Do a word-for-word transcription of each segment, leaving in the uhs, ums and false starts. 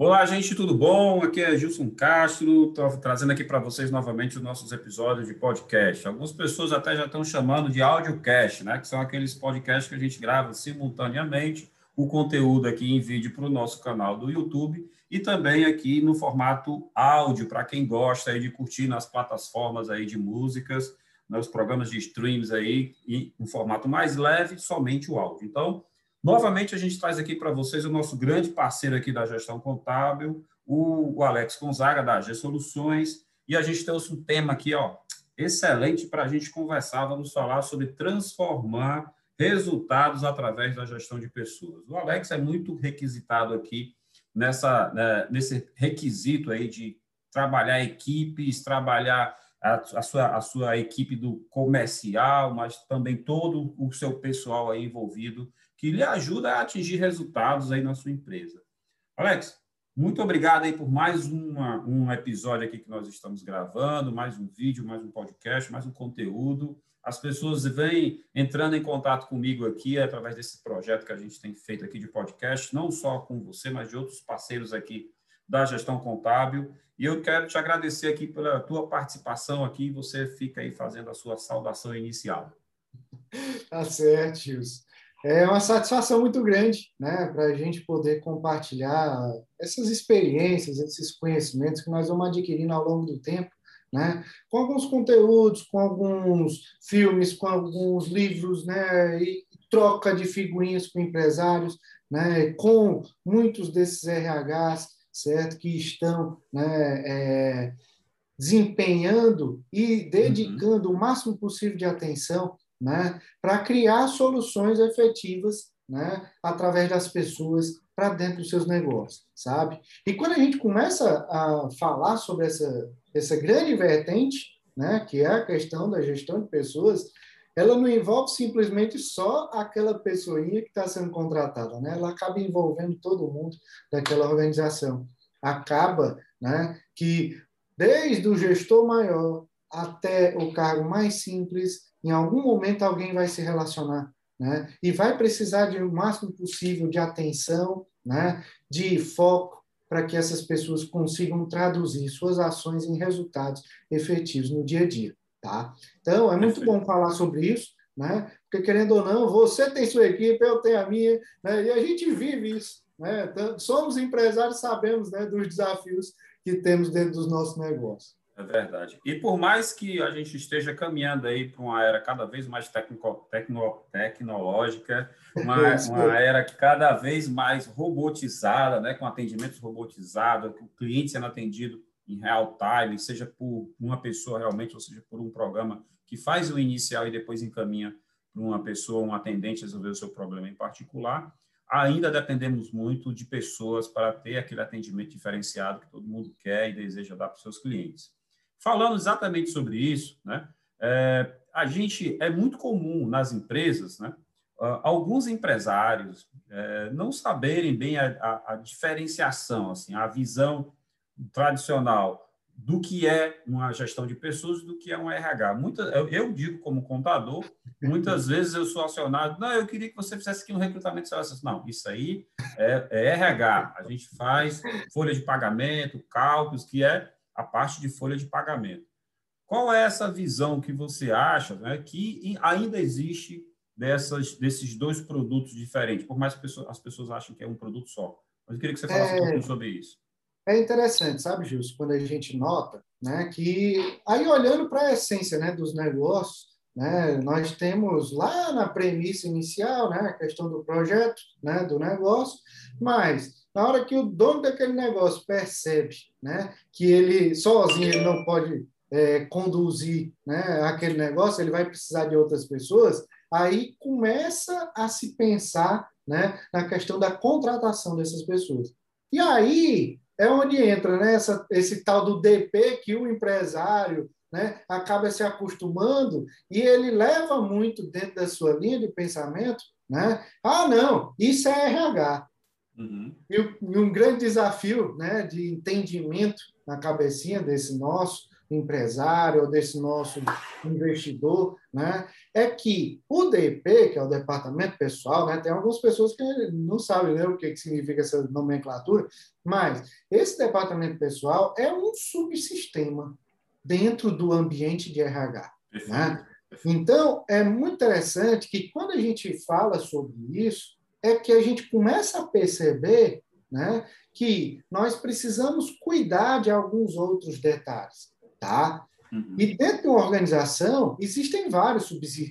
Olá, gente, tudo bom? Aqui é Gilson Castro, estou trazendo aqui para vocês novamente os nossos episódios de podcast. Algumas pessoas até já estão chamando de audiocast, né? Que são aqueles podcasts que a gente grava simultaneamente, o conteúdo aqui em vídeo para o nosso canal do YouTube e também aqui no formato áudio, para quem gosta aí de curtir nas plataformas aí de músicas, nos programas de streams aí, e um formato mais leve, somente o áudio. Então, novamente, a gente traz aqui para vocês o nosso grande parceiro aqui da gestão contábil, o, o Alex Gonzaga, da A G Soluções, e a gente trouxe um tema aqui, ó, excelente para a gente conversar. Vamos falar sobre transformar resultados através da gestão de pessoas. O Alex é muito requisitado aqui nessa, né, nesse requisito aí de trabalhar equipes, trabalhar a, a, sua, a sua equipe do comercial, mas também todo o seu pessoal aí envolvido, que lhe ajuda a atingir resultados aí na sua empresa. Alex, muito obrigado aí por mais uma, um episódio aqui que nós estamos gravando, mais um vídeo, mais um podcast, mais um conteúdo. As pessoas vêm entrando em contato comigo aqui através desse projeto que a gente tem feito aqui de podcast, não só com você, mas de outros parceiros aqui da gestão contábil. E eu quero te agradecer aqui pela tua participação aqui. Você fica aí fazendo a sua saudação inicial. Tá certo, Gilson. É uma satisfação muito grande, né, para a gente poder compartilhar essas experiências, esses conhecimentos que nós vamos adquirindo ao longo do tempo, né, com alguns conteúdos, com alguns filmes, com alguns livros, né, e troca de figurinhas com empresários, né, com muitos desses R Hs, certo, que estão, né, é, desempenhando e dedicando uhum. o máximo possível de atenção, né, para criar soluções efetivas, né, através das pessoas para dentro dos seus negócios, sabe? E quando a gente começa a falar sobre essa, essa grande vertente, né, que é a questão da gestão de pessoas, ela não envolve simplesmente só aquela pessoinha que está sendo contratada, né? Ela acaba envolvendo todo mundo daquela organização. Acaba, né, que desde o gestor maior até o cargo mais simples, em algum momento alguém vai se relacionar, né? E vai precisar de o máximo possível de atenção, né? De foco, para que essas pessoas consigam traduzir suas ações em resultados efetivos no dia a dia, tá? Então, é muito Perfeito. Bom falar sobre isso, né? Porque, querendo ou não, você tem sua equipe, eu tenho a minha, né? E a gente vive isso, né? Então, somos empresários, sabemos, né, dos desafios que temos dentro dos nossos negócios. É verdade. E por mais que a gente esteja caminhando aí para uma era cada vez mais tecnico, tecno, tecnológica, uma, uma era que cada vez mais robotizada, né, com atendimentos robotizados, o cliente sendo atendido em real time, seja por uma pessoa realmente, ou seja por um programa que faz o inicial e depois encaminha para uma pessoa, um atendente, resolver o seu problema em particular. Ainda dependemos muito de pessoas para ter aquele atendimento diferenciado que todo mundo quer e deseja dar para os seus clientes. Falando exatamente sobre isso, né, é, a gente, é muito comum nas empresas, né, alguns empresários é, não saberem bem a, a, a diferenciação, assim, a visão tradicional do que é uma gestão de pessoas e do que é um R H. Muita, eu, eu digo como contador, muitas vezes eu sou acionado, não, eu queria que você fizesse aqui um recrutamento. Não, isso aí é, é R H. A gente faz folha de pagamento, cálculos, que é a parte de folha de pagamento. Qual é essa visão que você acha, né, que ainda existe dessas, desses dois produtos diferentes, por mais que as pessoas achem que é um produto só? Mas eu queria que você falasse é... um pouquinho sobre isso. É interessante, sabe, Gilson, quando a gente nota, né, que aí olhando para a essência, né, dos negócios, né, nós temos lá na premissa inicial, né, a questão do projeto, né, do negócio, mas na hora que o dono daquele negócio percebe, né, que ele sozinho ele não pode é, conduzir, né, aquele negócio, ele vai precisar de outras pessoas, aí começa a se pensar, né, na questão da contratação dessas pessoas. E aí é onde entra, né, essa, esse tal do D P que o empresário, né, acaba se acostumando e ele leva muito dentro da sua linha de pensamento, né? Ah, não, isso é R H. Uhum. E, e um grande desafio, né, de entendimento na cabecinha desse nosso empresário ou desse nosso investidor, né, é que o D P, que é o departamento pessoal, né, tem algumas pessoas que não sabem, né, o que, que significa essa nomenclatura, mas esse departamento pessoal é um subsistema dentro do ambiente de R H. Né? Então, é muito interessante que quando a gente fala sobre isso, é que a gente começa a perceber, né, que nós precisamos cuidar de alguns outros detalhes. Tá? Uhum. E dentro de uma organização, existem vários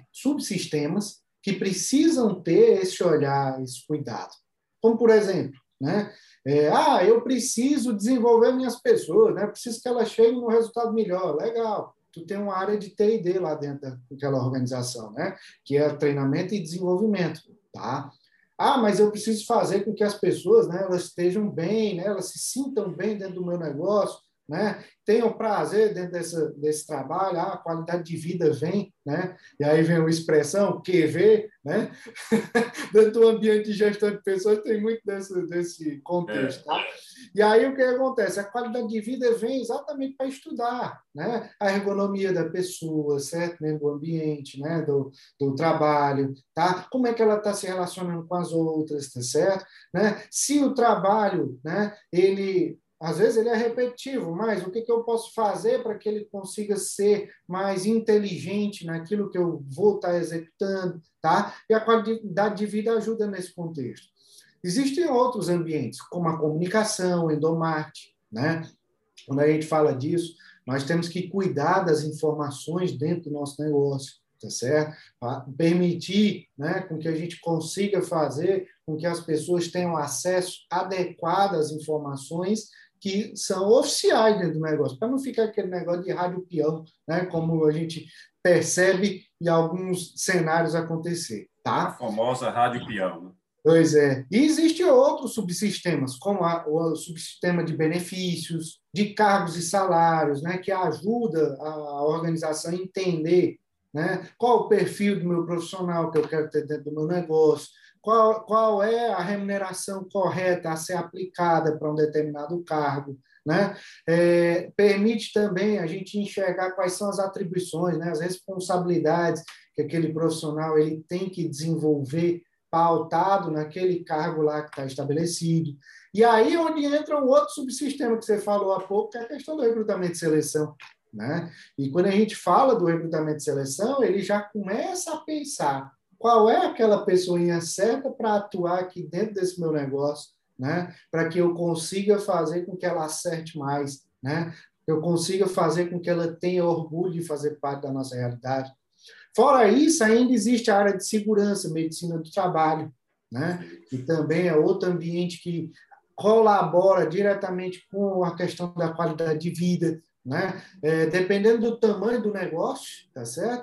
subsistemas que precisam ter esse olhar, esse cuidado. Como, por exemplo, né, é, ah, eu preciso desenvolver minhas pessoas, né, preciso que elas cheguem no resultado melhor. Legal. Tu tem uma área de T e D lá dentro daquela organização, né? Que é treinamento e desenvolvimento, tá? Ah, mas eu preciso fazer com que as pessoas, né, elas estejam bem, né, elas se sintam bem dentro do meu negócio, né? Tenham prazer dentro dessa, desse trabalho, ah, a qualidade de vida vem, né? E aí vem uma expressão, Q V, né? Dentro do ambiente de gestão de pessoas tem muito desse, desse contexto, tá? E aí o que acontece? A qualidade de vida vem exatamente para estudar, né? A ergonomia da pessoa, certo? Dentro do ambiente, né? Do, do trabalho, tá? Como é que ela está se relacionando com as outras, tá certo? Né? Se o trabalho, né? Ele às vezes ele é repetitivo, mas o que, que eu posso fazer para que ele consiga ser mais inteligente naquilo que eu vou estar executando, tá? E a qualidade de vida ajuda nesse contexto. Existem outros ambientes, como a comunicação, endomarketing, né? Quando a gente fala disso, nós temos que cuidar das informações dentro do nosso negócio, tá certo? Para permitir, né, com que a gente consiga fazer com que as pessoas tenham acesso adequado às informações que são oficiais dentro do negócio, para não ficar aquele negócio de rádio peão, né, como a gente percebe em alguns cenários acontecer, tá? A famosa rádio peão, né? Pois é. E existem outros subsistemas, como a, o subsistema de benefícios, de cargos e salários, né, que ajuda a organização a entender, né, qual o perfil do meu profissional que eu quero ter dentro do meu negócio, qual, qual é a remuneração correta a ser aplicada para um determinado cargo. Né? É, permite também a gente enxergar quais são as atribuições, né, as responsabilidades que aquele profissional ele tem que desenvolver pautado naquele cargo lá que está estabelecido. E aí onde entra um outro subsistema que você falou há pouco, que é a questão do recrutamento e seleção. Né? E quando a gente fala do recrutamento e seleção, ele já começa a pensar qual é aquela pessoinha certa para atuar aqui dentro desse meu negócio, né? Para que eu consiga fazer com que ela acerte mais, né? Eu consiga fazer com que ela tenha orgulho de fazer parte da nossa realidade. Fora isso, ainda existe a área de segurança, medicina do trabalho, né? E também é outro ambiente que colabora diretamente com a questão da qualidade de vida, né? É, dependendo do tamanho do negócio, tá certo?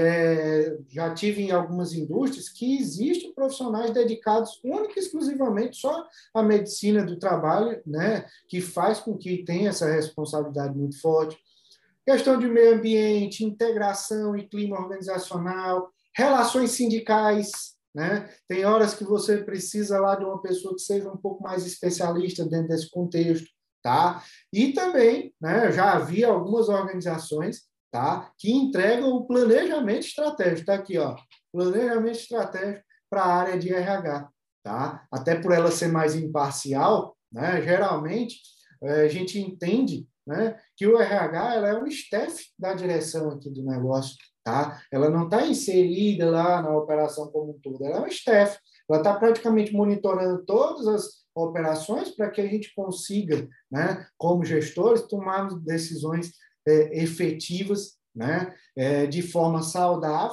É, já tive em algumas indústrias que existem profissionais dedicados única e exclusivamente só à medicina do trabalho, né? Que faz com que tenha essa responsabilidade muito forte. Questão de meio ambiente, integração e clima organizacional, relações sindicais, né? Tem horas que você precisa lá de uma pessoa que seja um pouco mais especialista dentro desse contexto, tá? E também, né, já havia algumas organizações, tá, que entregam o planejamento estratégico, tá aqui, ó, planejamento estratégico para a área de R H, tá? Até por ela ser mais imparcial, né? Geralmente a gente entende, né, que o R H ela é um staff da direção aqui do negócio, tá? Ela não está inserida lá na operação como um todo, ela é um staff, ela está praticamente monitorando todas as operações para que a gente consiga, né, como gestores, tomar decisões é, efetivas, né, é, de forma saudável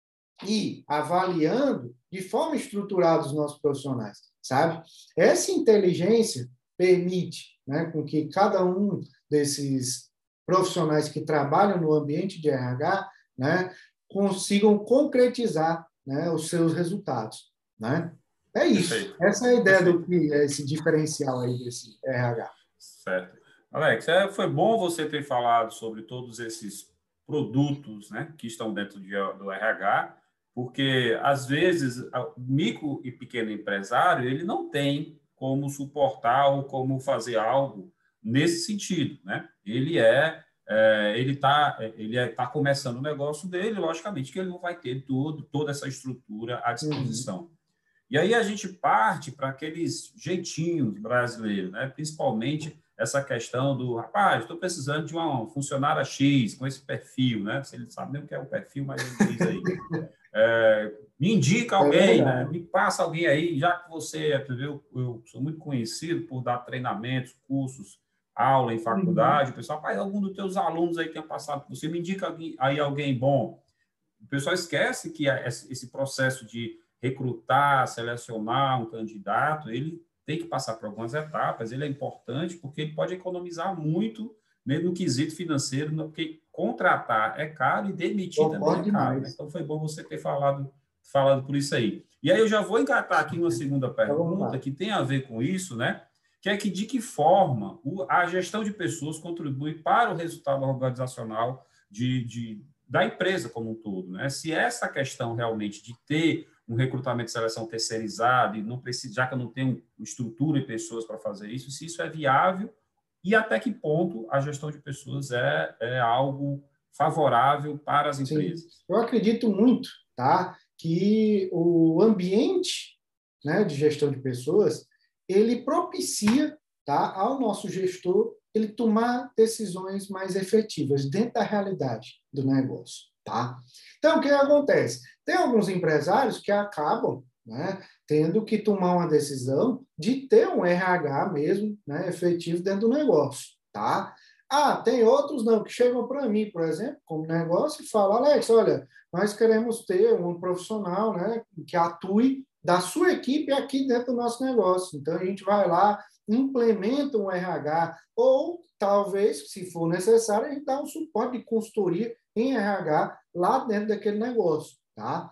e avaliando de forma estruturada os nossos profissionais, sabe? Essa inteligência permite, né, com que cada um desses profissionais que trabalham no ambiente de R H, né, consigam concretizar, né, os seus resultados, né? É isso. Perfeito. Essa é a ideia Perfeito. do que é esse diferencial aí desse R H. Certo. Alex, é, foi bom você ter falado sobre todos esses produtos, né, que estão dentro de, do R H, porque, às vezes, o micro e pequeno empresário ele não tem como suportar ou como fazer algo nesse sentido, né? Ele é, é, ele está ele é, tá começando o negócio dele, logicamente que ele não vai ter todo, toda essa estrutura à disposição. Uhum. E aí a gente parte para aqueles jeitinhos brasileiros, né? Principalmente essa questão do, rapaz, estou precisando de uma funcionária X com esse perfil, né? Você não sabe nem o que é o perfil, mas ele diz aí. É, me indica alguém, é né? Me passa alguém aí, já que você, entendeu? Eu sou muito conhecido por dar treinamentos, cursos, aula em faculdade. Uhum. O pessoal, pai, algum dos teus alunos aí que tem passado por você, me indica aí alguém bom. O pessoal esquece que esse processo de recrutar, selecionar um candidato, ele tem que passar por algumas etapas, ele é importante porque ele pode economizar muito, né, no quesito financeiro, porque contratar é caro e demitir Bom, também é caro. Né? Então, foi bom você ter falado, falado por isso aí. E aí eu já vou engatar aqui uma segunda pergunta que tem a ver com isso, né? Que é que de que forma a gestão de pessoas contribui para o resultado organizacional de, de, da empresa como um todo, né? Se essa questão realmente de ter um recrutamento e seleção terceirizado, e não precisa, já que eu não tenho estrutura e pessoas para fazer isso, se isso é viável e até que ponto a gestão de pessoas é, é algo favorável para as empresas. Sim. Eu acredito muito, tá, que o ambiente, né, de gestão de pessoas, ele propicia, tá, ao nosso gestor ele tomar decisões mais efetivas dentro da realidade do negócio, tá? Então, o que acontece? Tem alguns empresários que acabam, né, tendo que tomar uma decisão de ter um R H mesmo, né, efetivo dentro do negócio, tá? Ah, tem outros não, que chegam para mim, por exemplo, como negócio, e falam, Alex, olha, nós queremos ter um profissional, né, que atue da sua equipe aqui dentro do nosso negócio. Então, a gente vai lá, implementa um R H, ou talvez, se for necessário, a gente dá um suporte de consultoria em R H lá dentro daquele negócio, tá?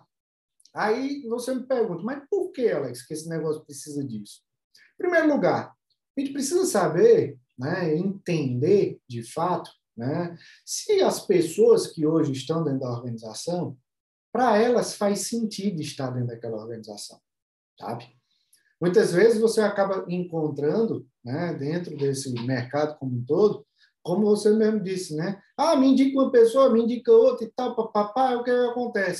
Aí você me pergunta, mas por que, Alex, que esse negócio precisa disso? Em primeiro lugar, a gente precisa saber, né, entender de fato, né, se as pessoas que hoje estão dentro da organização, para elas faz sentido estar dentro daquela organização, sabe? Muitas vezes você acaba encontrando, né, dentro desse mercado como um todo, como você mesmo disse, né? Ah, me indica uma pessoa, me indica outra e tal, papapá, o que acontece?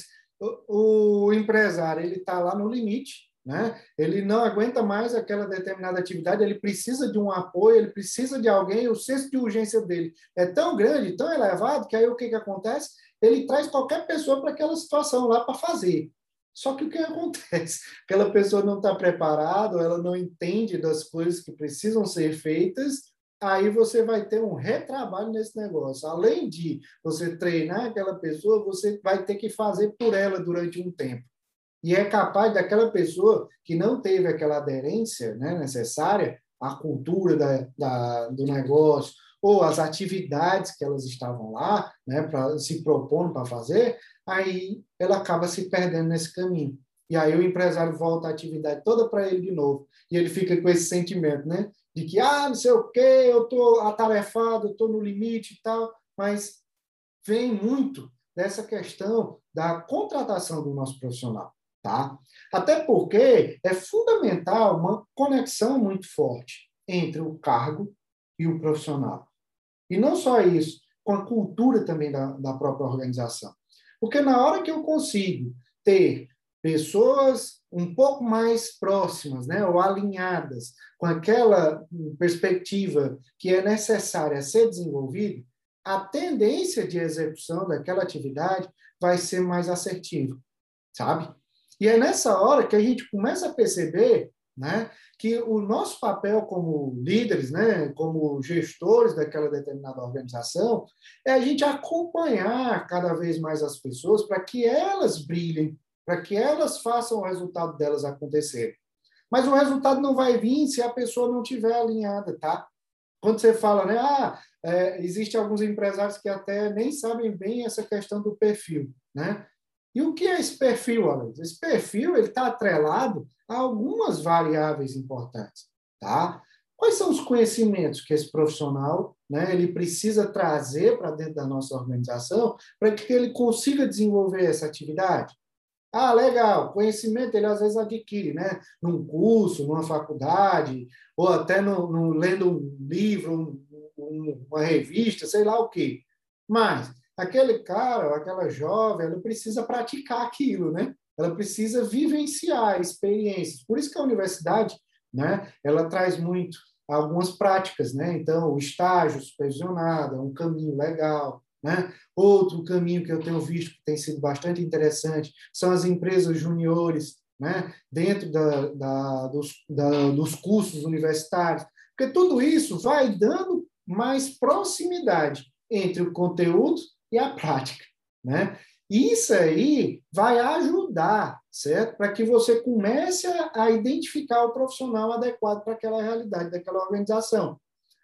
O, o empresário, ele está lá no limite, né? Ele não aguenta mais aquela determinada atividade, ele precisa de um apoio, ele precisa de alguém, o senso de urgência dele é tão grande, tão elevado, que aí o que, que acontece? Ele traz qualquer pessoa para aquela situação lá para fazer. Só que o que acontece? Aquela pessoa não está preparada, ela não entende das coisas que precisam ser feitas, aí você vai ter um retrabalho nesse negócio. Além de você treinar aquela pessoa, você vai ter que fazer por ela durante um tempo. E é capaz daquela pessoa que não teve aquela aderência, né, necessária à cultura da, da, do negócio, ou as atividades que elas estavam lá, né, pra, se propondo para fazer, aí ela acaba se perdendo nesse caminho. E aí o empresário volta a atividade toda para ele de novo. E ele fica com esse sentimento, né, de que, ah, não sei o quê, eu estou atarefado, eu estou no limite e tal, mas vem muito dessa questão da contratação do nosso profissional. Tá? Até porque é fundamental uma conexão muito forte entre o cargo e o profissional. E não só isso, com a cultura também da, da própria organização. Porque na hora que eu consigo ter pessoas um pouco mais próximas, né, ou alinhadas com aquela perspectiva que é necessária ser desenvolvida, a tendência de execução daquela atividade vai ser mais assertiva, sabe? E é nessa hora que a gente começa a perceber, né, que o nosso papel como líderes, né, como gestores daquela determinada organização, é a gente acompanhar cada vez mais as pessoas para que elas brilhem, para que elas façam o resultado delas acontecer. Mas o resultado não vai vir se a pessoa não estiver alinhada, tá? Quando você fala, né, ah, é, existe alguns empresários que até nem sabem bem essa questão do perfil, né? E o que é esse perfil, Alex? Esse perfil está atrelado a algumas variáveis importantes. Tá? Quais são os conhecimentos que esse profissional, né, ele precisa trazer para dentro da nossa organização para que ele consiga desenvolver essa atividade? Ah, legal, conhecimento ele às vezes adquire, né? Num curso, numa faculdade, ou até no, no, lendo um livro, um, um, uma revista, sei lá o quê. Mas aquele cara, aquela jovem, ela precisa praticar aquilo, né? Ela precisa vivenciar experiências. Por isso que a universidade, né, ela traz muito algumas práticas, né? Então, o estágio supervisionado é um caminho legal, né? Outro caminho que eu tenho visto que tem sido bastante interessante são as empresas juniores, né? Dentro da, da, dos, da, dos cursos universitários, porque tudo isso vai dando mais proximidade entre o conteúdo e a prática, né? Isso aí vai ajudar, certo? Para que você comece a identificar o profissional adequado para aquela realidade daquela organização.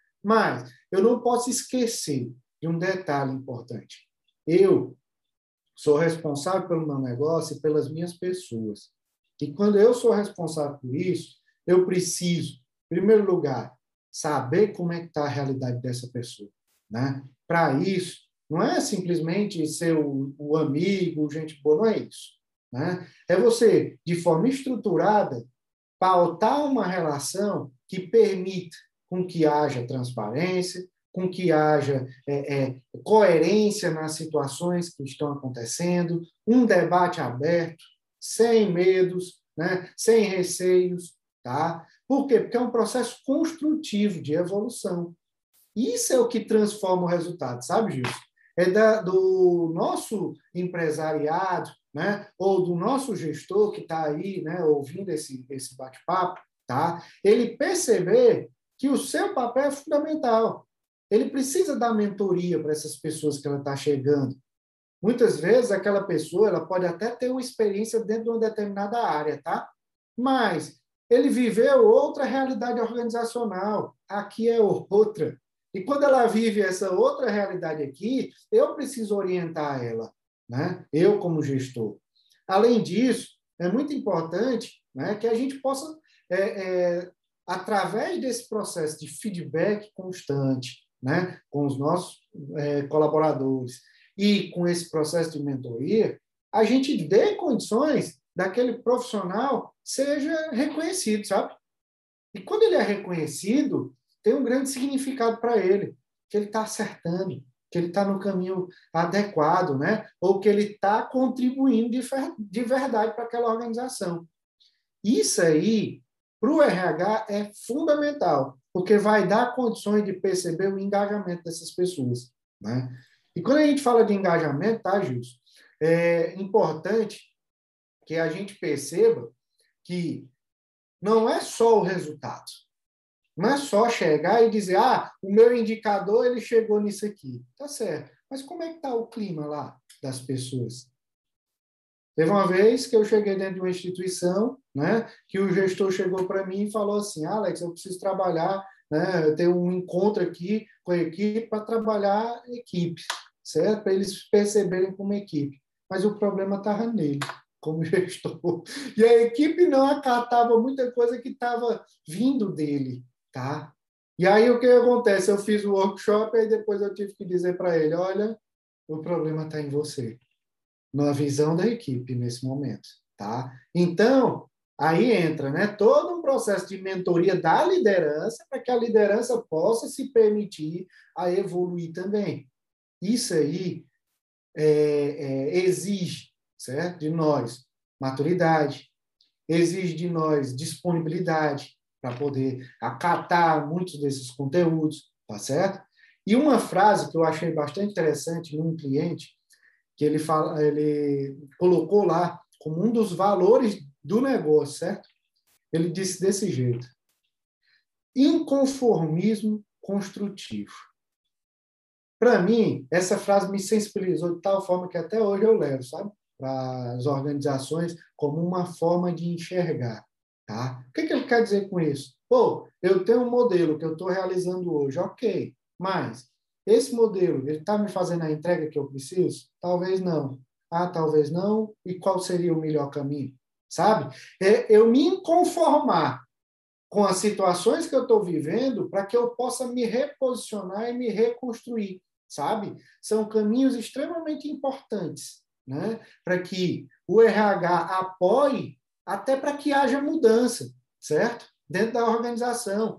Mas eu não posso esquecer de um detalhe importante. Eu sou responsável pelo meu negócio e pelas minhas pessoas. E quando eu sou responsável por isso, eu preciso, em primeiro lugar, saber como é que está a realidade dessa pessoa, né? Para isso, não é simplesmente ser o, o amigo, gente boa, não é isso, né? É você, de forma estruturada, pautar uma relação que permita com que haja transparência, com que haja é, é, coerência nas situações que estão acontecendo, um debate aberto, sem medos, né? Sem receios, tá? Por quê? Porque é um processo construtivo de evolução. Isso é o que transforma o resultado, sabe, Gilson? É da, do nosso empresariado, né? Ou do nosso gestor que está aí, né, ouvindo esse, esse bate-papo, tá? Ele perceber que o seu papel é fundamental. Ele precisa dar mentoria para essas pessoas que ela está chegando. Muitas vezes, aquela pessoa ela pode até ter uma experiência dentro de uma determinada área, tá? Mas ele viveu outra realidade organizacional. Aqui é outra. E quando ela vive essa outra realidade aqui, eu preciso orientar ela, né? Eu como gestor. Além disso, é muito importante, né, que a gente possa, é, é, através desse processo de feedback constante, né, com os nossos é, colaboradores e com esse processo de mentoria, a gente dê condições daquele profissional seja reconhecido, sabe? E quando ele é reconhecido, tem um grande significado para ele, que ele está acertando, que ele está no caminho adequado, né? Ou que ele está contribuindo de, de verdade para aquela organização. Isso aí, para o R H, é fundamental, porque vai dar condições de perceber o engajamento dessas pessoas, né? E quando a gente fala de engajamento, tá, Gilson? É importante que a gente perceba que não é só o resultado. Não é só chegar e dizer, ah, o meu indicador ele chegou nisso aqui. Tá certo. Mas como é que está o clima lá das pessoas? Teve uma vez que eu cheguei dentro de uma instituição, né, que o gestor chegou para mim e falou assim, Alex, eu preciso trabalhar, né, eu tenho um encontro aqui com a equipe para trabalhar equipe, certo? Para eles perceberem como equipe. Mas o problema estava nele, como gestor. E a equipe não acatava muita coisa que estava vindo dele, tá? E aí o que acontece? Eu fiz o workshop e depois eu tive que dizer para ele, olha, o problema está em você, na visão da equipe nesse momento, tá? Então, aí entra, né, todo um processo de mentoria da liderança para que a liderança possa se permitir a evoluir também. Isso aí é, é, exige, certo? De nós maturidade, exige de nós disponibilidade para poder acatar muitos desses conteúdos, tá certo? E uma frase que eu achei bastante interessante num cliente, que ele, fala, ele colocou lá como um dos valores do negócio, certo? Ele disse desse jeito: inconformismo construtivo. Para mim, essa frase me sensibilizou de tal forma que até hoje eu levo, sabe? Para as organizações como uma forma de enxergar, tá? O que, que ele quer dizer com isso? Pô, eu tenho um modelo que eu estou realizando hoje, ok, mas esse modelo, ele está me fazendo a entrega que eu preciso? Talvez não. Ah, talvez não. E qual seria o melhor caminho? Sabe? É eu me conformar com as situações que eu estou vivendo para que eu possa me reposicionar e me reconstruir, sabe? São caminhos extremamente importantes, né? Para que o R H apoie, até para que haja mudança, certo? Dentro da organização.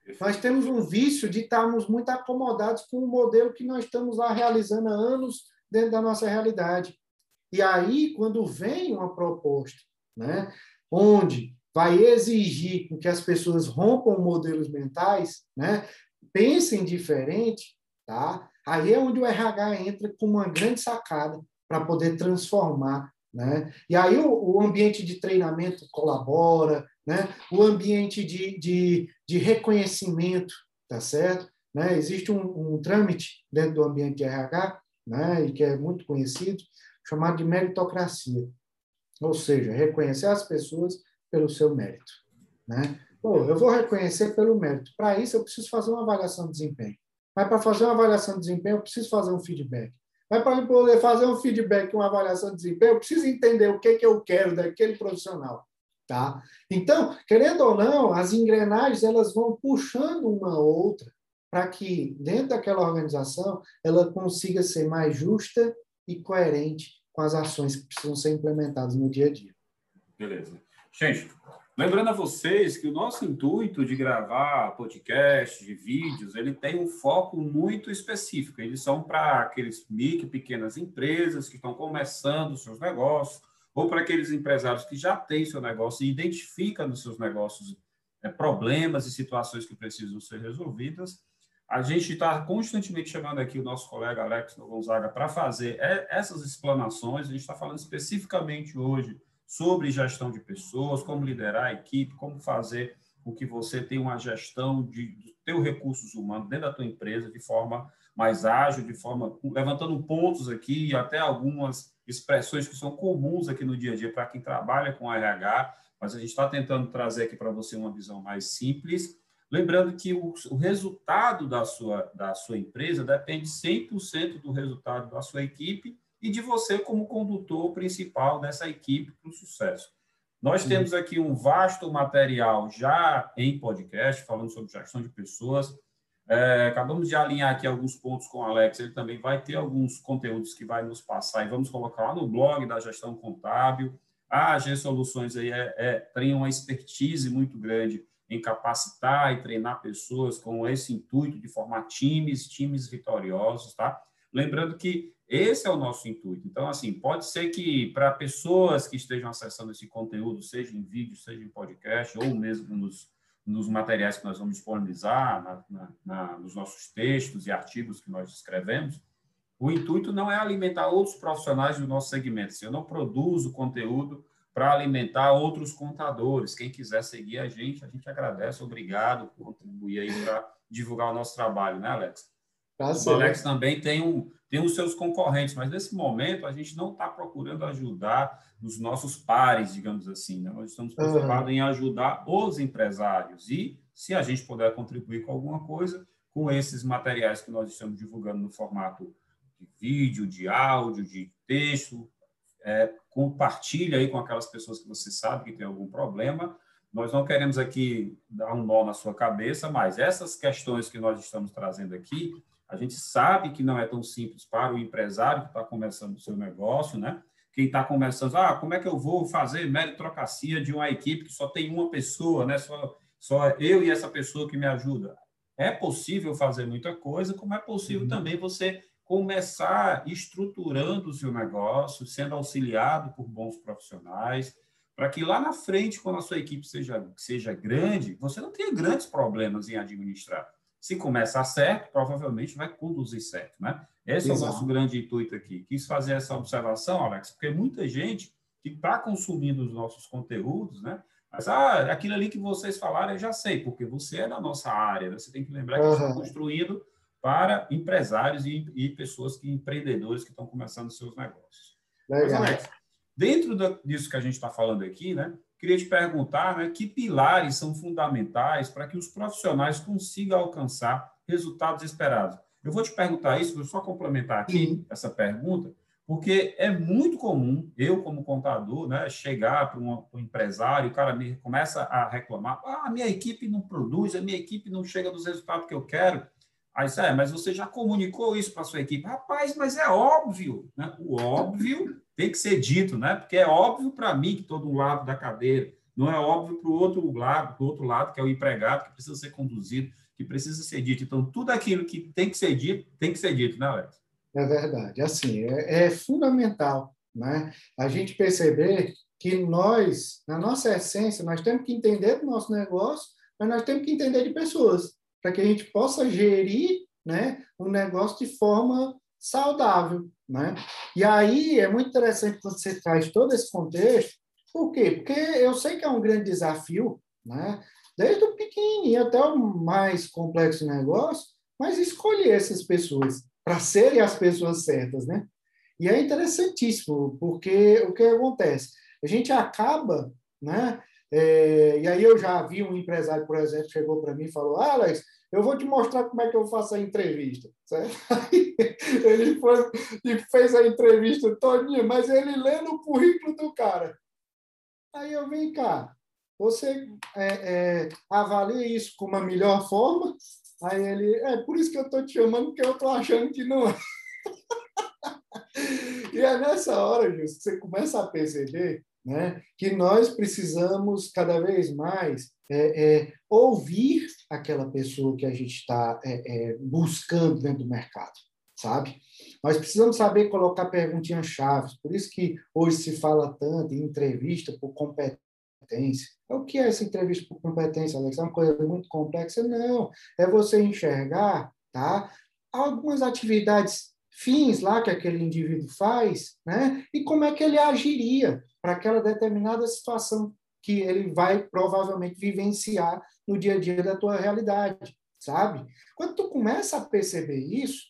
Nós temos um vício de estarmos muito acomodados com o modelo que nós estamos lá realizando há anos dentro da nossa realidade. E aí, quando vem uma proposta, né, onde vai exigir que as pessoas rompam modelos mentais, né, pensem diferente, tá? Aí é onde o R H entra com uma grande sacada para poder transformar, né? E aí o, o ambiente de treinamento colabora, né? O ambiente de, de, de reconhecimento, tá certo? Né? Existe um, um trâmite dentro do ambiente de R H, né? E que é muito conhecido, chamado de meritocracia, ou seja, reconhecer as pessoas pelo seu mérito, né? Pô, eu vou reconhecer pelo mérito. Para isso, eu preciso fazer uma avaliação de desempenho. Mas para fazer uma avaliação de desempenho, eu preciso fazer um feedback. Mas para poder fazer um feedback, uma avaliação de desempenho, eu preciso entender o que, que eu quero daquele profissional. Tá? Então, querendo ou não, as engrenagens elas vão puxando uma outra para que, dentro daquela organização, ela consiga ser mais justa e coerente com as ações que precisam ser implementadas no dia a dia. Beleza. Gente, lembrando a vocês que o nosso intuito de gravar podcast, de vídeos, ele tem um foco muito específico. Eles são para aqueles micro e pequenas empresas que estão começando os seus negócios, ou para aqueles empresários que já têm seu negócio e identificam nos seus negócios é, problemas e situações que precisam ser resolvidas. A gente está constantemente chamando aqui o nosso colega Alex Gonzaga para fazer essas explanações. A gente está falando especificamente hoje sobre gestão de pessoas, como liderar a equipe, como fazer com que você tenha uma gestão de, de teu recursos humanos dentro da tua empresa de forma mais ágil, de forma levantando pontos aqui e até algumas expressões que são comuns aqui no dia a dia para quem trabalha com R H, mas a gente está tentando trazer aqui para você uma visão mais simples. Lembrando que o, o resultado da sua, da sua empresa depende cem por cento do resultado da sua equipe e de você como condutor principal dessa equipe para o sucesso. Nós Sim. temos aqui um vasto material já em podcast, falando sobre gestão de pessoas. É, acabamos de alinhar aqui alguns pontos com o Alex, ele também vai ter alguns conteúdos que vai nos passar e vamos colocar lá no blog da gestão contábil. A A G Soluções aí é, é, tem uma expertise muito grande em capacitar e treinar pessoas com esse intuito de formar times, times vitoriosos, tá? Lembrando que esse é o nosso intuito. Então, assim, pode ser que para pessoas que estejam acessando esse conteúdo, seja em vídeo, seja em podcast, ou mesmo nos, nos materiais que nós vamos disponibilizar, na, na, na, nos nossos textos e artigos que nós escrevemos, o intuito não é alimentar outros profissionais do nosso segmento. Se eu não produzo conteúdo para alimentar outros contadores. Quem quiser seguir a gente, a gente agradece, obrigado por contribuir aí para divulgar o nosso trabalho, né, Alex? Tá o Alex também tem, um, tem os seus concorrentes, mas nesse momento a gente não está procurando ajudar os nossos pares, digamos assim, né? Nós estamos preocupados uhum. em ajudar os empresários e, se a gente puder contribuir com alguma coisa, com esses materiais que nós estamos divulgando no formato de vídeo, de áudio, de texto, É, compartilha aí com aquelas pessoas que você sabe que tem algum problema. Nós não queremos aqui dar um nó na sua cabeça, mas essas questões que nós estamos trazendo aqui, a gente sabe que não é tão simples para o empresário que está começando o seu negócio, né? Quem está começando, ah, como é que eu vou fazer meritocracia de uma equipe que só tem uma pessoa, né? Só, só eu e essa pessoa que me ajuda. É possível fazer muita coisa, como é possível uhum. também você começar estruturando o seu negócio, sendo auxiliado por bons profissionais, para que lá na frente, quando a sua equipe seja, seja grande, você não tenha grandes problemas em administrar. Se começar certo, provavelmente vai conduzir certo, né? Esse Exato. É o nosso grande intuito aqui. Quis fazer essa observação, Alex, porque muita gente que está consumindo os nossos conteúdos, né? Mas, ah, aquilo ali que vocês falaram, eu já sei, porque você é da nossa área, né? Você tem que lembrar que uhum. está construindo para empresários e, e pessoas que empreendedores que estão começando seus negócios. Legal. Mas, Alex, dentro da, disso que a gente está falando aqui, né, queria te perguntar, né, que pilares são fundamentais para que os profissionais consigam alcançar resultados esperados. Eu vou te perguntar isso, vou só complementar aqui uhum. essa pergunta, porque é muito comum eu, como contador, né, chegar para um, um empresário, o cara me começa a reclamar, ah, a minha equipe não produz, a minha equipe não chega nos resultados que eu quero. Aí, é, mas você já comunicou isso para a sua equipe? Rapaz, mas é óbvio, né? O óbvio tem que ser dito, né? Porque é óbvio para mim que estou do lado da cadeira, não é óbvio para o outro lado, para o outro lado, que é o empregado, que precisa ser conduzido, que precisa ser dito. Então, tudo aquilo que tem que ser dito, tem que ser dito, né, Alex? É verdade. Assim, é, é fundamental, né, a gente perceber que nós, na nossa essência, nós temos que entender do nosso negócio, mas nós temos que entender de pessoas, para que a gente possa gerir, né, um negócio de forma saudável, né? E aí é muito interessante quando você traz todo esse contexto. Por quê? Porque eu sei que é um grande desafio, né? Desde o pequenininho até o mais complexo negócio, mas escolher essas pessoas para serem as pessoas certas, né? E é interessantíssimo, porque o que acontece? A gente acaba, né? É, e aí eu já vi um empresário, por exemplo, chegou para mim e falou: ah, Alex, eu vou te mostrar como é que eu faço a entrevista. Certo? Aí ele foi e fez a entrevista todinha, mas ele lendo o currículo do cara. Aí eu vim cá, você é, é, avalia isso como a melhor forma? Aí ele, é por isso que eu estou te chamando, porque eu estou achando que não é. E é nessa hora, Gilson, que você começa a perceber, né, que nós precisamos cada vez mais é, é, ouvir aquela pessoa que a gente está é, é, buscando dentro do mercado, sabe? Nós precisamos saber colocar perguntinhas chaves. Por isso que hoje se fala tanto em entrevista por competência. O que é essa entrevista por competência, Alex? É uma coisa muito complexa? Não. É você enxergar, tá, algumas atividades fins lá que aquele indivíduo faz, né? E como é que ele agiria para aquela determinada situação que ele vai provavelmente vivenciar no dia a dia da tua realidade, sabe? Quando tu começa a perceber isso,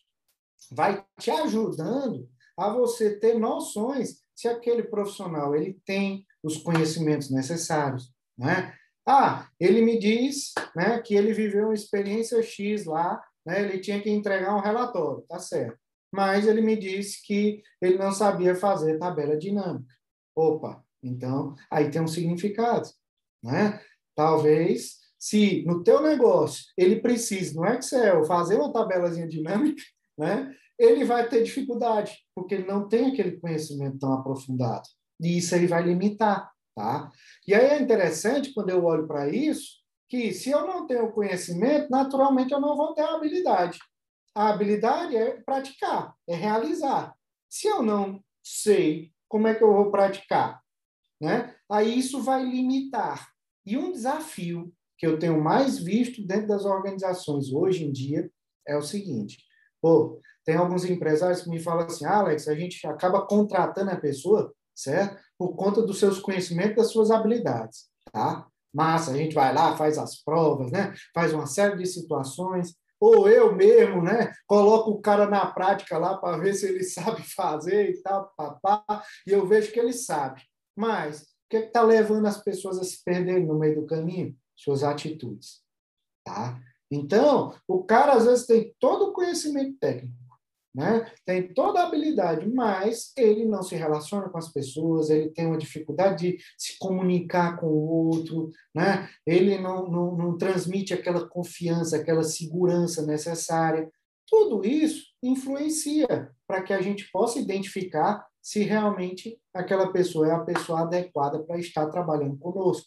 vai te ajudando a você ter noções se aquele profissional ele tem os conhecimentos necessários, né? Ah, ele me diz, né, que ele viveu uma experiência X lá, né? Ele tinha que entregar um relatório, tá certo? Mas ele me disse que ele não sabia fazer tabela dinâmica. Opa, então aí tem um significado, né? Talvez, se no teu negócio ele precise no Excel fazer uma tabelazinha dinâmica, né? Ele vai ter dificuldade, porque ele não tem aquele conhecimento tão aprofundado. E isso ele vai limitar, tá? E aí é interessante, quando eu olho para isso, que se eu não tenho conhecimento, naturalmente eu não vou ter a habilidade. A habilidade é praticar, é realizar. Se eu não sei, como é que eu vou praticar? Né? Aí isso vai limitar. E um desafio que eu tenho mais visto dentro das organizações hoje em dia é o seguinte: pô, tem alguns empresários que me falam assim: ah, Alex, a gente acaba contratando a pessoa, certo? Por conta dos seus conhecimentos, das suas habilidades, tá? Massa, a gente vai lá, faz as provas, né? Faz uma série de situações. Ou eu mesmo, né? Coloco o cara na prática lá para ver se ele sabe fazer e tal, papá, e eu vejo que ele sabe. Mas o que é está levando as pessoas a se perderem no meio do caminho? Suas atitudes, tá? Então, o cara às vezes tem todo o conhecimento técnico, né? Tem toda a habilidade, mas ele não se relaciona com as pessoas, ele tem uma dificuldade de se comunicar com o outro, né? Ele não, não, não transmite aquela confiança, aquela segurança necessária. Tudo isso influencia para que a gente possa identificar se realmente aquela pessoa é a pessoa adequada para estar trabalhando conosco.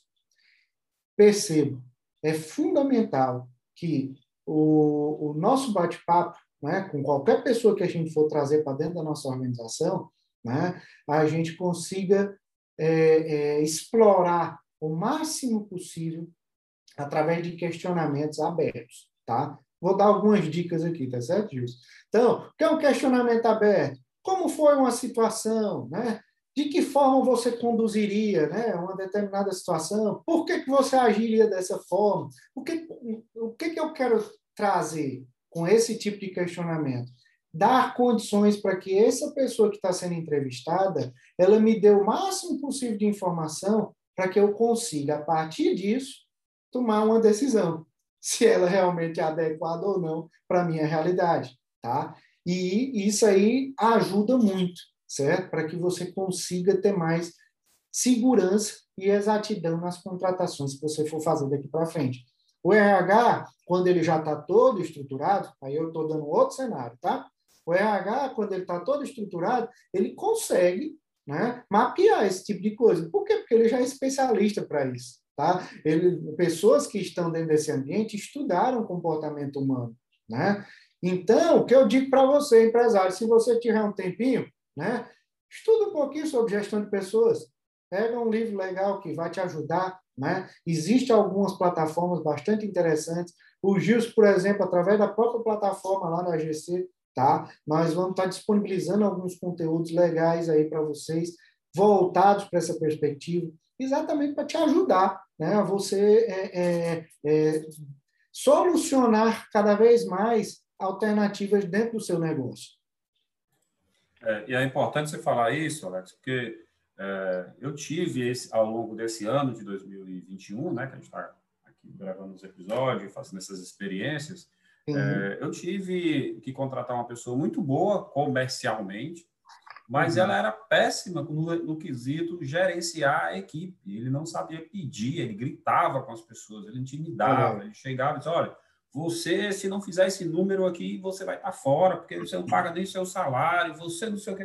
Percebo, é fundamental que o, o nosso bate-papo, né, com qualquer pessoa que a gente for trazer para dentro da nossa organização, né, a gente consiga é, é, explorar o máximo possível através de questionamentos abertos, tá? Vou dar algumas dicas aqui, tá certo, Gilson? Então, o que é um questionamento aberto? Como foi uma situação, né? De que forma você conduziria, né, uma determinada situação? Por que, que você agiria dessa forma? O que, o que, que eu quero trazer com esse tipo de questionamento? Dar condições para que essa pessoa que está sendo entrevistada, ela me dê o máximo possível de informação para que eu consiga, a partir disso, tomar uma decisão, se ela realmente é adequada ou não para a minha realidade, tá? E isso aí ajuda muito, certo? Para que você consiga ter mais segurança e exatidão nas contratações que você for fazer daqui para frente. O R H, quando ele já está todo estruturado, aí eu estou dando outro cenário, tá? O R H, quando ele está todo estruturado, ele consegue né, mapear esse tipo de coisa. Por quê? Porque ele já é especialista para isso. Tá? Ele, pessoas que estão dentro desse ambiente estudaram o comportamento humano. Né? Então, o que eu digo para você, empresário, se você tiver um tempinho, né, estuda um pouquinho sobre gestão de pessoas. Pega um livro legal que vai te ajudar. Né? Existem algumas plataformas bastante interessantes. O Gils, por exemplo, através da própria plataforma lá na G C, tá? Nós vamos estar disponibilizando alguns conteúdos legais aí para vocês, voltados para essa perspectiva, exatamente para te ajudar, né? A você é, é, é, solucionar cada vez mais alternativas dentro do seu negócio. É, e é importante você falar isso, Alex, porque é, eu tive esse, ao longo desse ano de dois mil e vinte e um, né, que a gente está aqui gravando os episódios, fazendo essas experiências, é, eu tive que contratar uma pessoa muito boa comercialmente, mas Uhum. ela era péssima no, no quesito gerenciar a equipe. Ele não sabia pedir, ele gritava com as pessoas, ele intimidava, Olha, ele chegava e disse, olha, você, se não fizer esse número aqui, você vai estar fora, porque você não paga nem seu salário, você não sei o quê.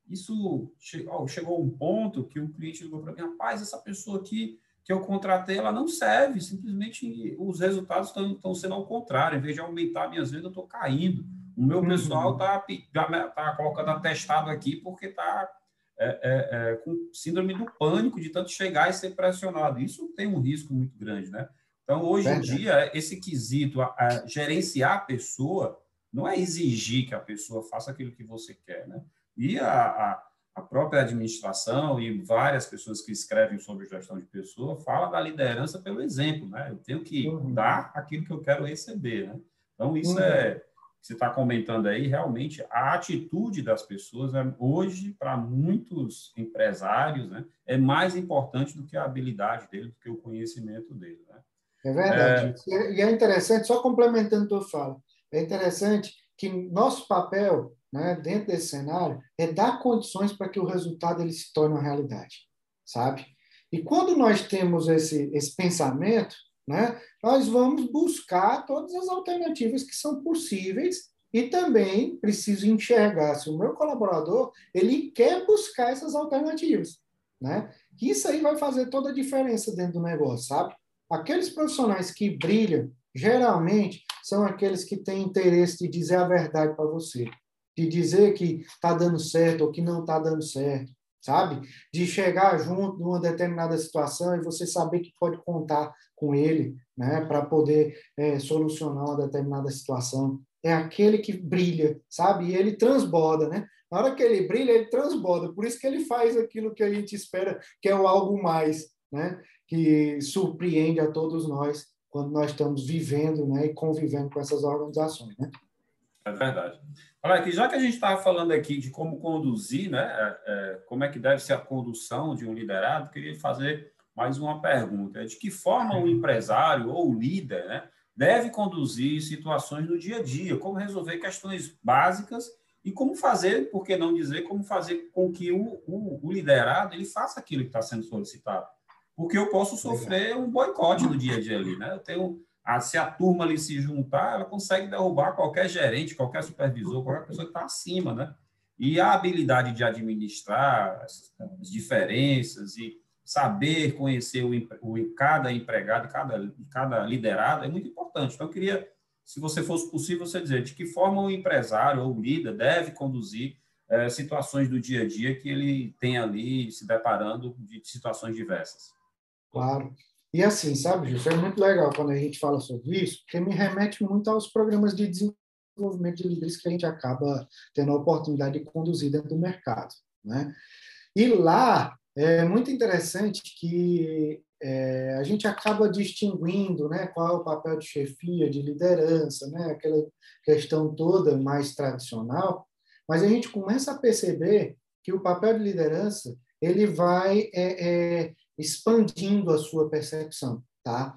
Isso chegou, chegou a um ponto que o cliente ligou para mim, rapaz, essa pessoa aqui que eu contratei, ela não serve, simplesmente os resultados estão, estão sendo ao contrário, em vez de aumentar minhas vendas, eu estou caindo. O meu pessoal uhum. está tá colocando atestado aqui porque está é, é, é, com síndrome do pânico de tanto chegar e ser pressionado. Isso tem um risco muito grande, né? Então, hoje em Verdade. dia, esse quesito, a, a gerenciar a pessoa, não é exigir que a pessoa faça aquilo que você quer, né? E a, a, a própria administração e várias pessoas que escrevem sobre gestão de pessoa fala da liderança pelo exemplo, né? Eu tenho que Uhum. dar aquilo que eu quero receber, né? Então, isso Uhum. é você está comentando aí, realmente, a atitude das pessoas, é, hoje, para muitos empresários, né, é mais importante do que a habilidade dele, do que o conhecimento dele. Né? É verdade. É, E é interessante, só complementando o que eu falo, é interessante que nosso papel, né, dentro desse cenário, é dar condições para que o resultado ele se torne uma realidade, sabe? E quando nós temos esse, esse pensamento, né, nós vamos buscar todas as alternativas que são possíveis e também preciso enxergar se o meu colaborador ele quer buscar essas alternativas, né? Isso aí vai fazer toda a diferença dentro do negócio, sabe? Aqueles profissionais que brilham, geralmente, são aqueles que têm interesse de dizer a verdade para você, de dizer que está dando certo ou que não está dando certo, sabe? De chegar junto numa determinada situação e você saber que pode contar com ele, né, para poder é, solucionar uma determinada situação. É aquele que brilha, sabe? E ele transborda, né? Na hora que ele brilha, ele transborda. Por isso que ele faz aquilo que a gente espera, que é o algo mais, né? Que surpreende a todos nós quando nós estamos vivendo, né, e convivendo com essas organizações, né? é verdade. Olha aqui, já que a gente estava falando aqui de como conduzir, né, é, é, como é que deve ser a condução de um liderado, queria fazer mais uma pergunta. De que forma o empresário ou o líder, né, deve conduzir situações no dia a dia? Como resolver questões básicas e como fazer, por que não dizer, como fazer com que o, o, o liderado ele faça aquilo que está sendo solicitado? Porque eu posso Legal. sofrer um boicote no dia a dia ali, né? Eu tenho a, se a turma ali se juntar, ela consegue derrubar qualquer gerente, qualquer supervisor, qualquer pessoa que está acima, né? E a habilidade de administrar as diferenças e saber conhecer o, o cada empregado, cada, cada liderado é muito importante. Então, eu queria, se você fosse possível, você dizer de que forma o empresário ou o líder deve conduzir é, situações do dia a dia que ele tem ali se deparando de situações diversas. Claro. E assim, sabe, Gilson, é muito legal quando a gente fala sobre isso, porque me remete muito aos programas de desenvolvimento de líderes que a gente acaba tendo a oportunidade de conduzir dentro do mercado, né? E lá é muito interessante que é, a gente acaba distinguindo, né, qual é o papel de chefia, de liderança, né, aquela questão toda mais tradicional, mas a gente começa a perceber que o papel de liderança ele vai é, é, expandindo a sua percepção, tá?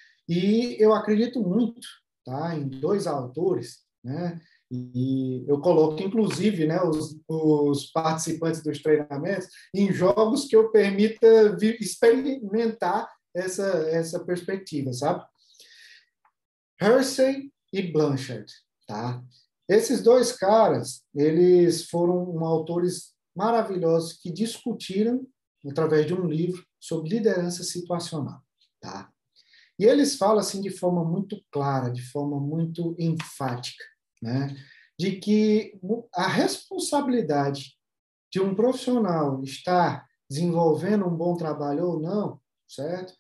E eu acredito muito, tá, em dois autores, né? E eu coloco, inclusive, né, os, os participantes dos treinamentos em jogos que eu permita experimentar essa, essa perspectiva, sabe? Hersey e Blanchard, tá? Esses dois caras, eles foram um, autores maravilhosos que discutiram, através de um livro, sobre liderança situacional. Tá? E eles falam assim de forma muito clara, de forma muito enfática, né? De que a responsabilidade de um profissional estar desenvolvendo um bom trabalho ou não, certo?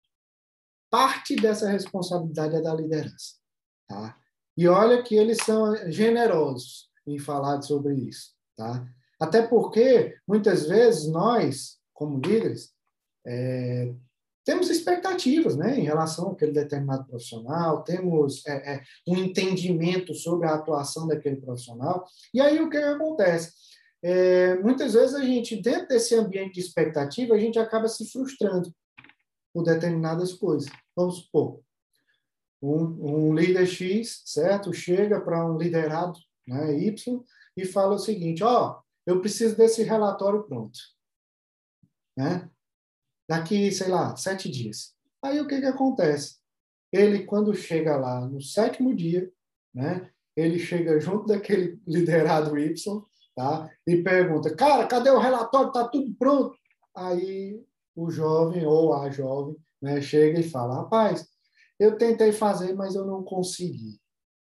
Parte dessa responsabilidade é da liderança. Tá? E olha que eles são generosos em falar sobre isso. Tá? Até porque, muitas vezes, nós, como líderes, é, temos expectativas, né, em relação àquele determinado profissional, temos é, é, um entendimento sobre a atuação daquele profissional, e aí o que acontece? É, muitas vezes a gente, dentro desse ambiente de expectativa, a gente acaba se frustrando por determinadas coisas. Vamos supor, um, um líder X, certo? Chega para um liderado, né, Y, e fala o seguinte, ó, oh, eu preciso desse relatório pronto, né? Daqui, sei lá, sete dias. Aí o que que acontece? Ele, quando chega lá no sétimo dia, né, ele chega junto daquele liderado Y, tá, e pergunta, cara, cadê o relatório? Tá tudo pronto? Aí o jovem ou a jovem, né, chega e fala, rapaz, eu tentei fazer, mas eu não consegui.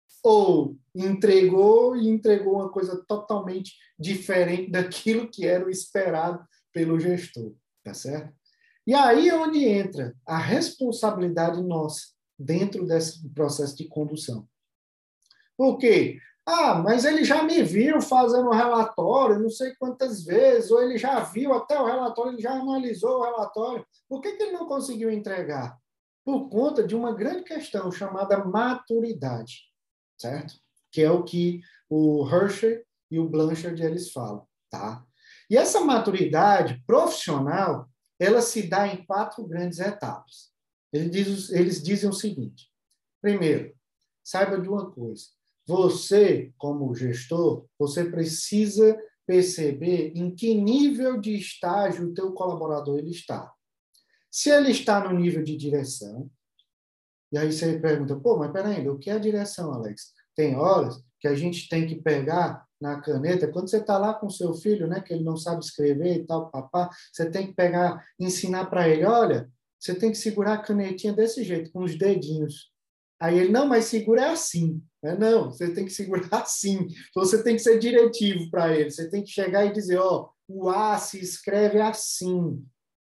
Ou entregou e entregou uma coisa totalmente diferente daquilo que era o esperado pelo gestor, tá certo? E aí é onde entra a responsabilidade nossa dentro desse processo de condução. Por quê? Ah, mas ele já me viu fazendo o relatório não sei quantas vezes, ou ele já viu até o relatório, ele já analisou o relatório. Por que que ele não conseguiu entregar? Por conta de uma grande questão chamada maturidade, certo? Que é o que o Hershey e o Blanchard eles falam, tá? E essa maturidade profissional, ela se dá em quatro grandes etapas. Eles dizem, eles dizem o seguinte: primeiro, saiba de uma coisa. Você, como gestor, você precisa perceber em que nível de estágio o teu colaborador ele está. Se ele está no nível de direção, e aí você pergunta, pô, mas peraí, o que é direção, Alex? Tem horas que a gente tem que pegar na caneta, quando você está lá com seu filho, né, que ele não sabe escrever e tal, papá, você tem que pegar, ensinar para ele, olha, você tem que segurar a canetinha desse jeito, com os dedinhos. Aí ele, não, mas segura é assim. É, não, você tem que segurar assim. Você tem que ser diretivo para ele. Você tem que chegar e dizer, ó, o A se escreve assim.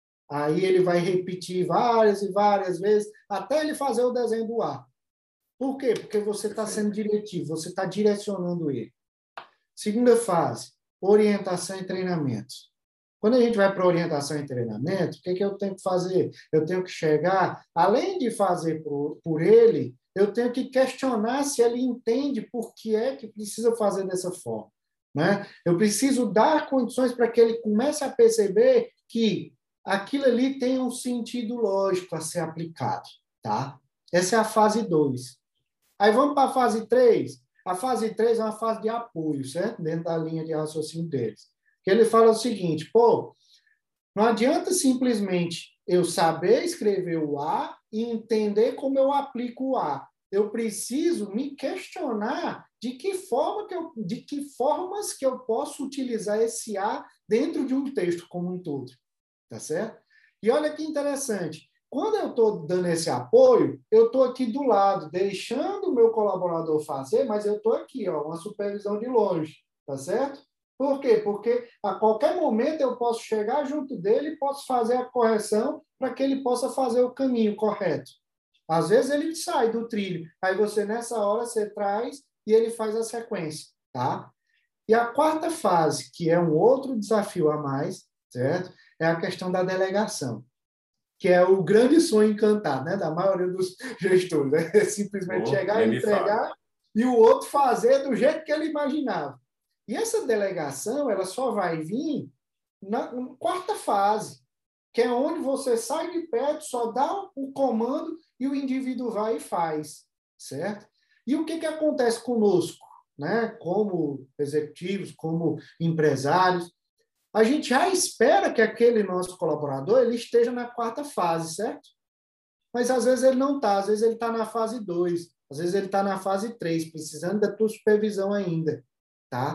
Aí ele vai repetir várias e várias vezes, até ele fazer o desenho do A. Por quê? Porque você está sendo diretivo, você está direcionando ele. Segunda fase, orientação e treinamento. Quando a gente vai para orientação e treinamento, o que, que eu tenho que fazer? Eu tenho que chegar, além de fazer por, por ele, eu tenho que questionar se ele entende por que é que precisa fazer dessa forma. Né? Eu preciso dar condições para que ele comece a perceber que aquilo ali tem um sentido lógico a ser aplicado. Tá? Essa é a fase dois. Aí vamos para a fase três. A fase três é uma fase de apoio, certo? Dentro da linha de raciocínio deles. Que ele fala o seguinte, pô, não adianta simplesmente eu saber escrever o A e entender como eu aplico o A. Eu preciso me questionar de que forma que eu, de que formas que eu posso utilizar esse A dentro de um texto como um todo. Tá certo? E olha que interessante. Quando eu estou dando esse apoio, eu estou aqui do lado, deixando o meu colaborador fazer, mas eu estou aqui, ó, uma supervisão de longe, tá certo? Por quê? Porque a qualquer momento eu posso chegar junto dele e posso fazer a correção para que ele possa fazer o caminho correto. Às vezes ele sai do trilho, aí você nessa hora você traz e ele faz a sequência, tá? E a quarta fase, que é um outro desafio a mais, certo? É a questão da delegação, que é o grande sonho encantado, né, da maioria dos gestores, né? É simplesmente Oh, chegar e entregar e o outro fazer do jeito que ele imaginava. E essa delegação, ela só vai vir na, na quarta fase, que é onde você sai de perto, só dá o comando e o indivíduo vai e faz, certo? E o que, que acontece conosco, né? Como executivos, como empresários? A gente já espera que aquele nosso colaborador ele esteja na quarta fase, certo? Mas às vezes ele não está, às vezes ele está na fase dois, às vezes ele está na fase três, precisando da tua supervisão ainda, tá?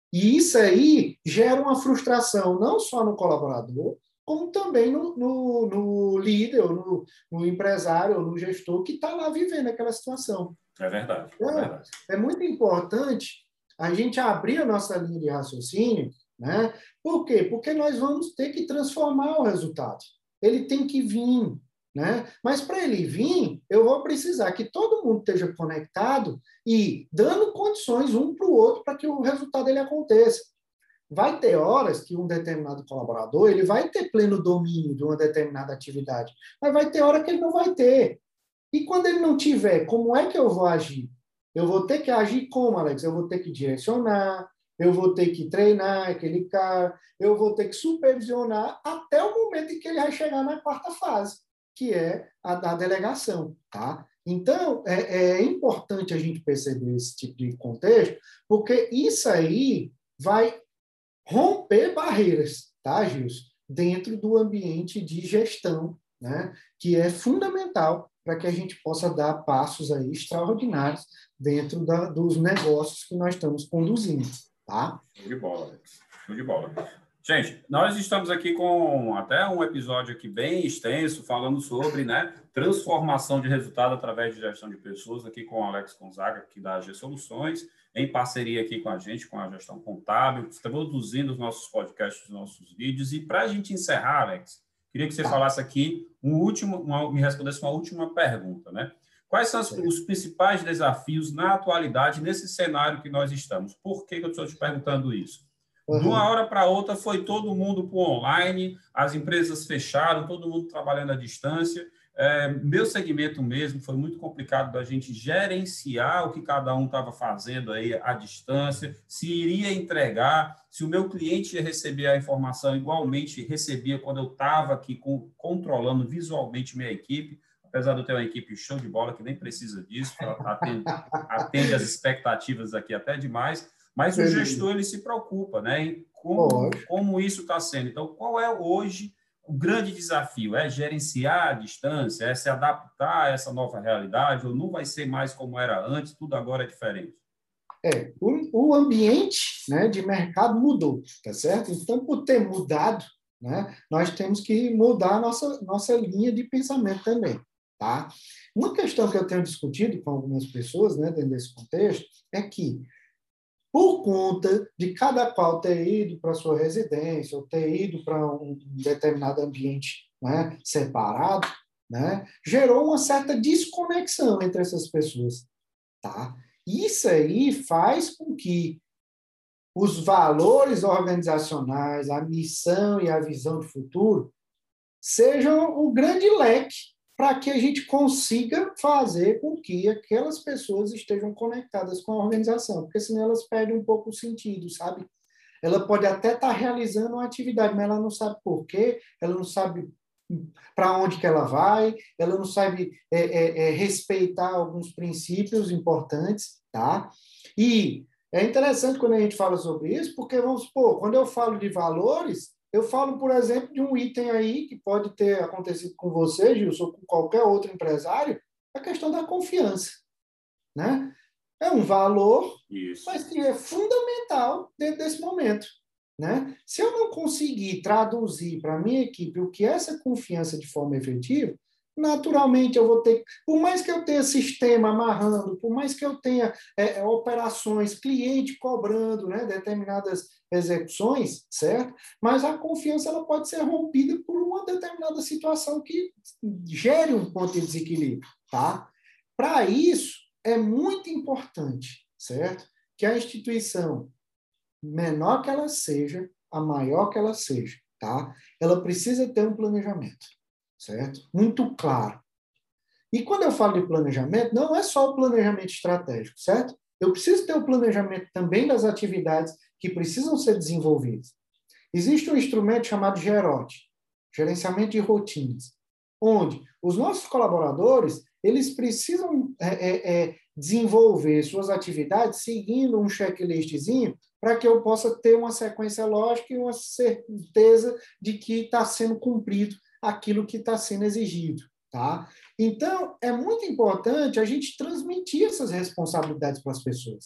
E isso aí gera uma frustração não só no colaborador, como também no, no, no líder, ou no, no empresário, ou no gestor que está lá vivendo aquela situação. É verdade, é Então, verdade. é muito importante a gente abrir a nossa linha de raciocínio, né? Por quê? Porque nós vamos ter que transformar o resultado. Ele tem que vir, né? Mas para ele vir, eu vou precisar que todo mundo esteja conectado e dando condições um para o outro para que o resultado ele aconteça. Vai ter horas que um determinado colaborador ele vai ter pleno domínio de uma determinada atividade, mas vai ter hora que ele não vai ter. E quando ele não tiver, como é que eu vou agir? Eu vou ter que agir como, Alex? Eu vou ter que direcionar, eu vou ter que treinar aquele cara, eu vou ter que supervisionar até o momento em que ele vai chegar na quarta fase, que é a da delegação, tá? Então, é, é importante a gente perceber esse tipo de contexto, porque isso aí vai romper barreiras, tá, Gilson? Dentro do ambiente de gestão, né? Que é fundamental para que a gente possa dar passos aí extraordinários dentro da, dos negócios que nós estamos conduzindo, tá? Show de bola, Alex. Show de bola. Gente, nós estamos aqui com até um episódio aqui bem extenso, falando sobre, né, transformação de resultado através de gestão de pessoas, aqui com o Alex Gonzaga, aqui da A G Soluções, em parceria aqui com a gente, com a gestão contábil, produzindo os nossos podcasts, os nossos vídeos. E para a gente encerrar, Alex, queria que você falasse aqui um último, uma, me respondesse uma última pergunta, né? Quais são os principais desafios na atualidade nesse cenário que nós estamos? Por que eu estou te perguntando isso? Uhum. De uma hora para outra foi todo mundo para o online, as empresas fecharam, todo mundo trabalhando à distância. É, meu segmento mesmo foi muito complicado da gente gerenciar o que cada um estava fazendo aí à distância, se iria entregar, se o meu cliente ia receber a informação igualmente recebia quando eu estava aqui com, controlando visualmente minha equipe, apesar de eu ter uma equipe show de bola que nem precisa disso, atende, atende as expectativas aqui até demais, mas o gestor ele se preocupa, né, em como, como isso está sendo. Então, qual é hoje o grande desafio? É gerenciar a distância, é se adaptar a essa nova realidade, ou não vai ser mais como era antes, tudo agora é diferente? É, o, o ambiente, né, de mercado mudou, tá certo? Então, por ter mudado, né, nós temos que mudar a nossa, nossa linha de pensamento também, tá? Uma questão que eu tenho discutido com algumas pessoas, né, dentro desse contexto, é que por conta de cada qual ter ido para a sua residência ou ter ido para um determinado ambiente, né, separado, né, gerou uma certa desconexão entre essas pessoas. Tá? Isso aí faz com que os valores organizacionais, a missão e a visão de futuro sejam um grande leque para que a gente consiga fazer com que aquelas pessoas estejam conectadas com a organização, porque senão elas perdem um pouco o sentido, sabe? Ela pode até estar realizando uma atividade, mas ela não sabe por quê, ela não sabe para onde que ela vai, ela não sabe é, é, é, respeitar alguns princípios importantes, tá? E é interessante quando a gente fala sobre isso, porque, vamos supor, quando eu falo de valores, eu falo, por exemplo, de um item aí que pode ter acontecido com você, Gilson, ou com qualquer outro empresário, a questão da confiança, né? É um valor, Isso. mas que é fundamental dentro desse momento, né? Se eu não conseguir traduzir para a minha equipe o que é essa confiança de forma efetiva, naturalmente eu vou ter, por mais que eu tenha sistema amarrando, por mais que eu tenha é, operações, cliente cobrando, né, determinadas execuções, certo? Mas a confiança ela pode ser rompida por uma determinada situação que gere um ponto de desequilíbrio, tá? Para isso, é muito importante, certo? Que a instituição, menor que ela seja, a maior que ela seja, tá? Ela precisa ter um planejamento, certo? Muito claro. E quando eu falo de planejamento, não é só o planejamento estratégico, certo? Eu preciso ter o planejamento também das atividades que precisam ser desenvolvidas. Existe um instrumento chamado GEROT, Gerenciamento de Rotinas, onde os nossos colaboradores eles precisam é, é, é, desenvolver suas atividades seguindo um checklistzinho para que eu possa ter uma sequência lógica e uma certeza de que está sendo cumprido aquilo que está sendo exigido. Tá? Então, é muito importante a gente transmitir essas responsabilidades para as pessoas.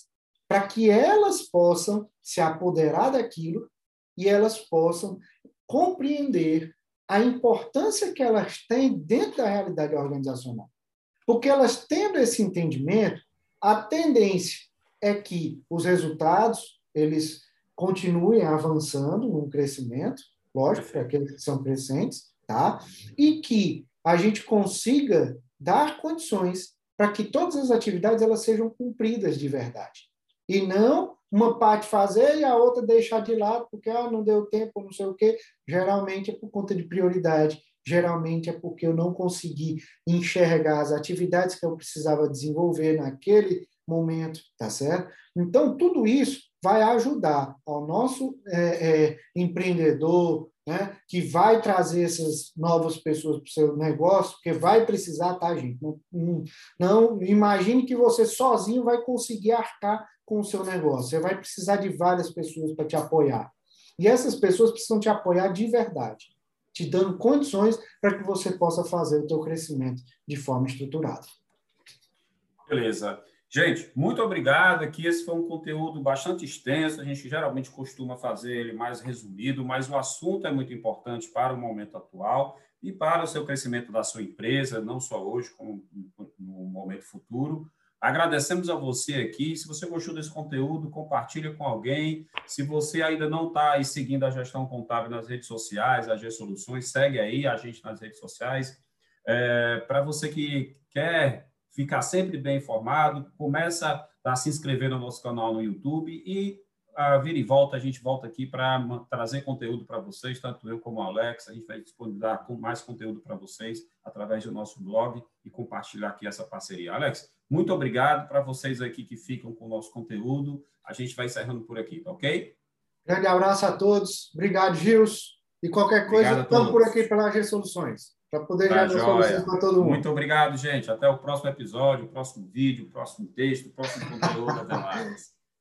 para que elas possam se apoderar daquilo e elas possam compreender a importância que elas têm dentro da realidade organizacional. Porque elas tendo esse entendimento, a tendência é que os resultados eles continuem avançando no crescimento, lógico, para aqueles que são crescentes, tá? E que a gente consiga dar condições para que todas as atividades elas sejam cumpridas de verdade. E não uma parte fazer e a outra deixar de lado, porque ah, não deu tempo, não sei o quê. Geralmente é por conta de prioridade, geralmente é porque eu não consegui enxergar as atividades que eu precisava desenvolver naquele momento, tá certo? Então, tudo isso vai ajudar ao nosso é, é, empreendedor, né, que vai trazer essas novas pessoas para o seu negócio, porque vai precisar, tá, gente? Não, não, não imagine que você sozinho vai conseguir arcar com o seu negócio. Você vai precisar de várias pessoas para te apoiar. E essas pessoas precisam te apoiar de verdade, te dando condições para que você possa fazer o teu crescimento de forma estruturada. Beleza. Gente, muito obrigado. Aqui esse foi um conteúdo bastante extenso. A gente geralmente costuma fazer ele mais resumido, mas o assunto é muito importante para o momento atual e para o seu crescimento da sua empresa, não só hoje, como no momento futuro. Agradecemos a você aqui. Se você gostou desse conteúdo, compartilha com alguém. Se você ainda não está aí seguindo a Gestão Contábil nas redes sociais, a G Soluções, segue aí a gente nas redes sociais. É, para você que quer ficar sempre bem informado, começa a se inscrever no nosso canal no YouTube e a vira e volta, a gente volta aqui para trazer conteúdo para vocês, tanto eu como o Alex, a gente vai disponibilizar mais conteúdo para vocês através do nosso blog e compartilhar aqui essa parceria. Alex, muito obrigado para vocês aqui que ficam com o nosso conteúdo. A gente vai encerrando por aqui, tá ok? Grande abraço a todos. Obrigado, Gils. E qualquer coisa, estamos por aqui pela G Soluções, para poder tá, gerar soluções para todo mundo. Muito obrigado, gente. Até o próximo episódio, o próximo vídeo, o próximo texto, o próximo conteúdo. Até mais.